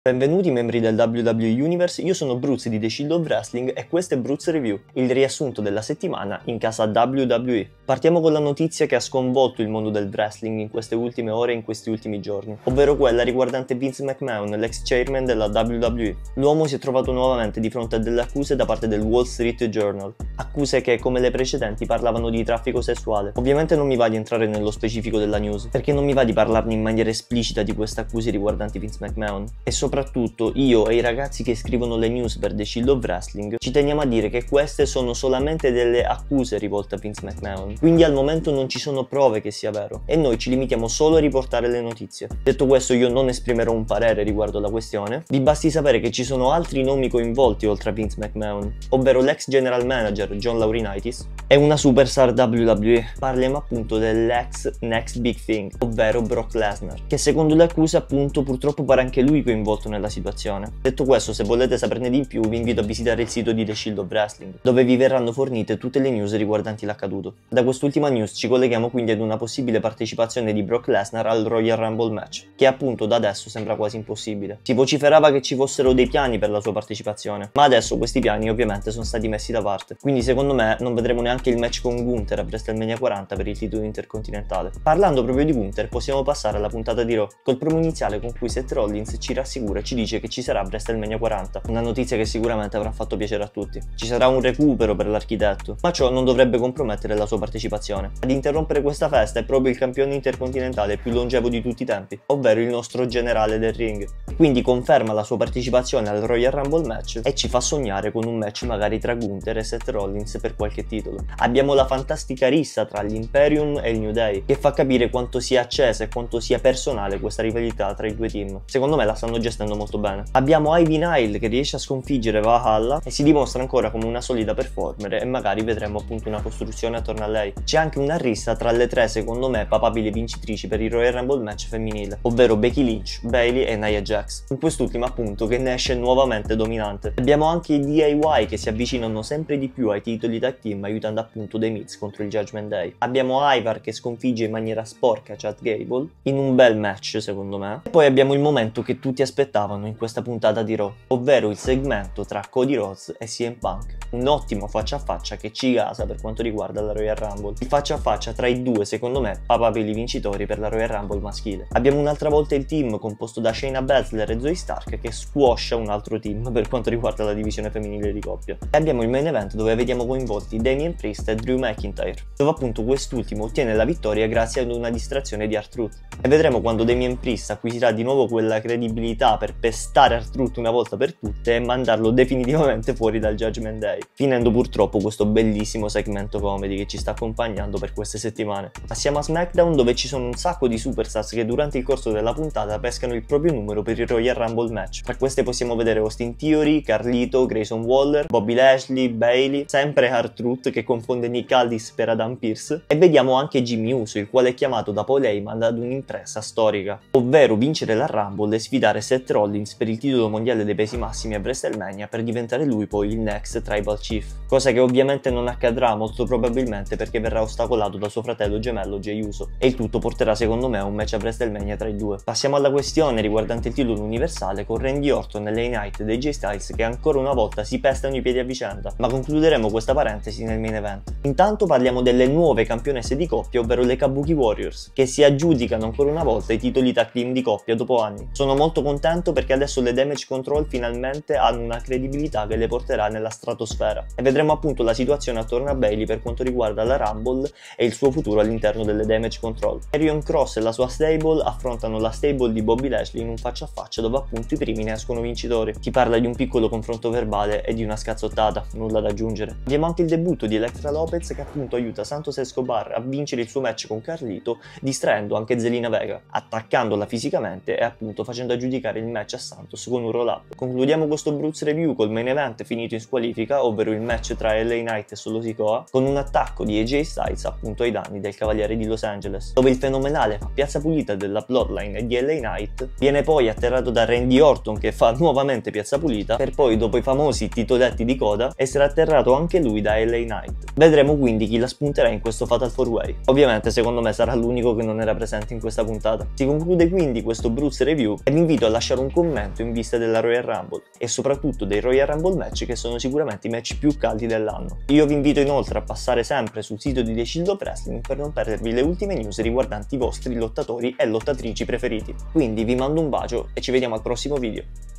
Benvenuti membri del WWE Universe, io sono Bruce di The Shield of Wrestling e questo è Bruce Review, il riassunto della settimana in casa WWE. Partiamo con la notizia che ha sconvolto il mondo del wrestling in queste ultime ore e in questi ultimi giorni, ovvero quella riguardante Vince McMahon, l'ex chairman della WWE. L'uomo si è trovato nuovamente di fronte a delle accuse da parte del Wall Street Journal, accuse che come le precedenti parlavano di traffico sessuale. Ovviamente non mi va di entrare nello specifico della news, perché non mi va di parlarne in maniera esplicita di queste accuse riguardanti Vince McMahon, e soprattutto io e i ragazzi che scrivono le news per The Shield of Wrestling ci teniamo a dire che queste sono solamente delle accuse rivolte a Vince McMahon, quindi al momento non ci sono prove che sia vero e noi ci limitiamo solo a riportare le notizie. Detto questo, io non esprimerò un parere riguardo la questione, vi basti sapere che ci sono altri nomi coinvolti oltre a Vince McMahon, ovvero l'ex general manager John Laurinaitis e una superstar WWE. Parliamo appunto dell'ex Next Big Thing, ovvero Brock Lesnar, che secondo le accuse appunto purtroppo pare anche lui coinvolto nella situazione. Detto questo, se volete saperne di più vi invito a visitare il sito di The Shield of Wrestling, dove vi verranno fornite tutte le news riguardanti l'accaduto. Da quest'ultima news ci colleghiamo quindi ad una possibile partecipazione di Brock Lesnar al Royal Rumble match, che appunto da adesso sembra quasi impossibile. Si vociferava che ci fossero dei piani per la sua partecipazione, ma adesso questi piani ovviamente sono stati messi da parte, quindi secondo me non vedremo neanche il match con Gunther a WrestleMania 40 per il titolo intercontinentale. Parlando proprio di Gunther, possiamo passare alla puntata di Raw, col promo iniziale con cui Seth Rollins ci rassicura e ci dice che ci sarà WrestleMania 40, una notizia che sicuramente avrà fatto piacere a tutti. Ci sarà un recupero per l'architetto, ma ciò non dovrebbe compromettere la sua partecipazione. Ad interrompere questa festa è proprio il campione intercontinentale più longevo di tutti i tempi, ovvero il nostro generale del ring. Quindi conferma la sua partecipazione al Royal Rumble match e ci fa sognare con un match magari tra Gunther e Seth Rollins per qualche titolo. Abbiamo la fantastica rissa tra l'Imperium e il New Day, che fa capire quanto sia accesa e quanto sia personale questa rivalità tra i due team. Secondo me la stanno gestendo molto bene. Abbiamo Ivy Nile che riesce a sconfiggere Valhalla e si dimostra ancora come una solida performer e magari vedremo appunto una costruzione attorno a lei. C'è anche una rissa tra le tre secondo me papabili vincitrici per il Royal Rumble match femminile, ovvero Becky Lynch, Bayley e Nia Jax, con quest'ultima appunto che ne esce nuovamente dominante. Abbiamo anche i DIY che si avvicinano sempre di più ai titoli tag team aiutando appunto The Miz contro il Judgment Day. Abbiamo Ivar che sconfigge in maniera sporca Chad Gable in un bel match secondo me, e poi abbiamo il momento che tutti aspettavano in questa puntata di Raw, ovvero il segmento tra Cody Rhodes e CM Punk, un ottimo faccia a faccia che ci gasa per quanto riguarda la Royal Rumble. Il faccia a faccia tra i due secondo me papabili vincitori per la Royal Rumble maschile. Abbiamo un'altra volta il team composto da Shayna Baszler e Zoe Stark che squascia un altro team per quanto riguarda la divisione femminile di coppia. E abbiamo il main event dove vediamo coinvolti Damian Priest e Drew McIntyre, dove appunto quest'ultimo ottiene la vittoria grazie ad una distrazione di R-Truth. E vedremo quando Damian Priest acquisirà di nuovo quella credibilità per pestare R-Truth una volta per tutte e mandarlo definitivamente fuori dal Judgment Day, finendo purtroppo questo bellissimo segmento comedy che ci sta accompagnando per queste settimane. Passiamo a SmackDown, dove ci sono un sacco di superstars che durante il corso della puntata pescano il proprio numero per il Royal Rumble match. Tra queste possiamo vedere Austin Theory, Carlito, Grayson Waller, Bobby Lashley, Bayley, sempre R-Truth che confonde Nick Aldis per Adam Pearce, e vediamo anche Jimmy Uso, il quale è chiamato da Paul Heyman ad un'impresa storica, ovvero vincere la Rumble e sfidare Seth Rollins per il titolo mondiale dei pesi massimi a WrestleMania per diventare lui poi il next Tribal Chief, cosa che ovviamente non accadrà molto probabilmente perché verrà ostacolato da suo fratello gemello Jey Uso, e il tutto porterà secondo me a un match a WrestleMania tra i due. Passiamo alla questione riguardante il titolo universale con Randy Orton e LA Knight e AJ Styles che ancora una volta si pestano i piedi a vicenda, ma concluderemo questa parentesi nel main event. Intanto parliamo delle nuove campionesse di coppia, ovvero le Kabuki Warriors, che si aggiudicano ancora una volta i titoli tag team di coppia dopo anni. Sono molto contento perché adesso le Damage Control finalmente hanno una credibilità che le porterà nella stratosfera, e vedremo appunto la situazione attorno a Bayley per quanto riguarda la Rumble e il suo futuro all'interno delle Damage Control. Karrion Kross e la sua stable affrontano la stable di Bobby Lashley in un faccia a faccia dove appunto i primi ne escono vincitori. Si parla di un piccolo confronto verbale e di una scazzottata, nulla da aggiungere. Abbiamo anche il debutto di Elektra Lopez che appunto aiuta Santos Escobar a vincere il suo match con Carlito, distraendo anche Zelina Vega, attaccandola fisicamente e appunto facendo aggiudicare il match a Santos con un roll up. Concludiamo questo Bruce Review col main event finito in squalifica, puntata, ovvero il match tra LA Knight e Solo Sikoa, con un attacco di AJ Styles appunto ai danni del Cavaliere di Los Angeles, dove il fenomenale fa piazza pulita della Bloodline e di LA Knight, viene poi atterrato da Randy Orton che fa nuovamente piazza pulita, per poi dopo i famosi titoletti di coda essere atterrato anche lui da LA Knight. Vedremo quindi chi la spunterà in questo Fatal 4-Way. Ovviamente secondo me sarà l'unico che non era presente in questa puntata. Si conclude quindi questo Bruce Review e vi invito a lasciare un commento in vista della Royal Rumble e soprattutto dei Royal Rumble match, che sono sicuramente i match più caldi dell'anno. Io vi invito inoltre a passare sempre sul sito di The Shield of Wrestling per non perdervi le ultime news riguardanti i vostri lottatori e lottatrici preferiti. Quindi vi mando un bacio e ci vediamo al prossimo video.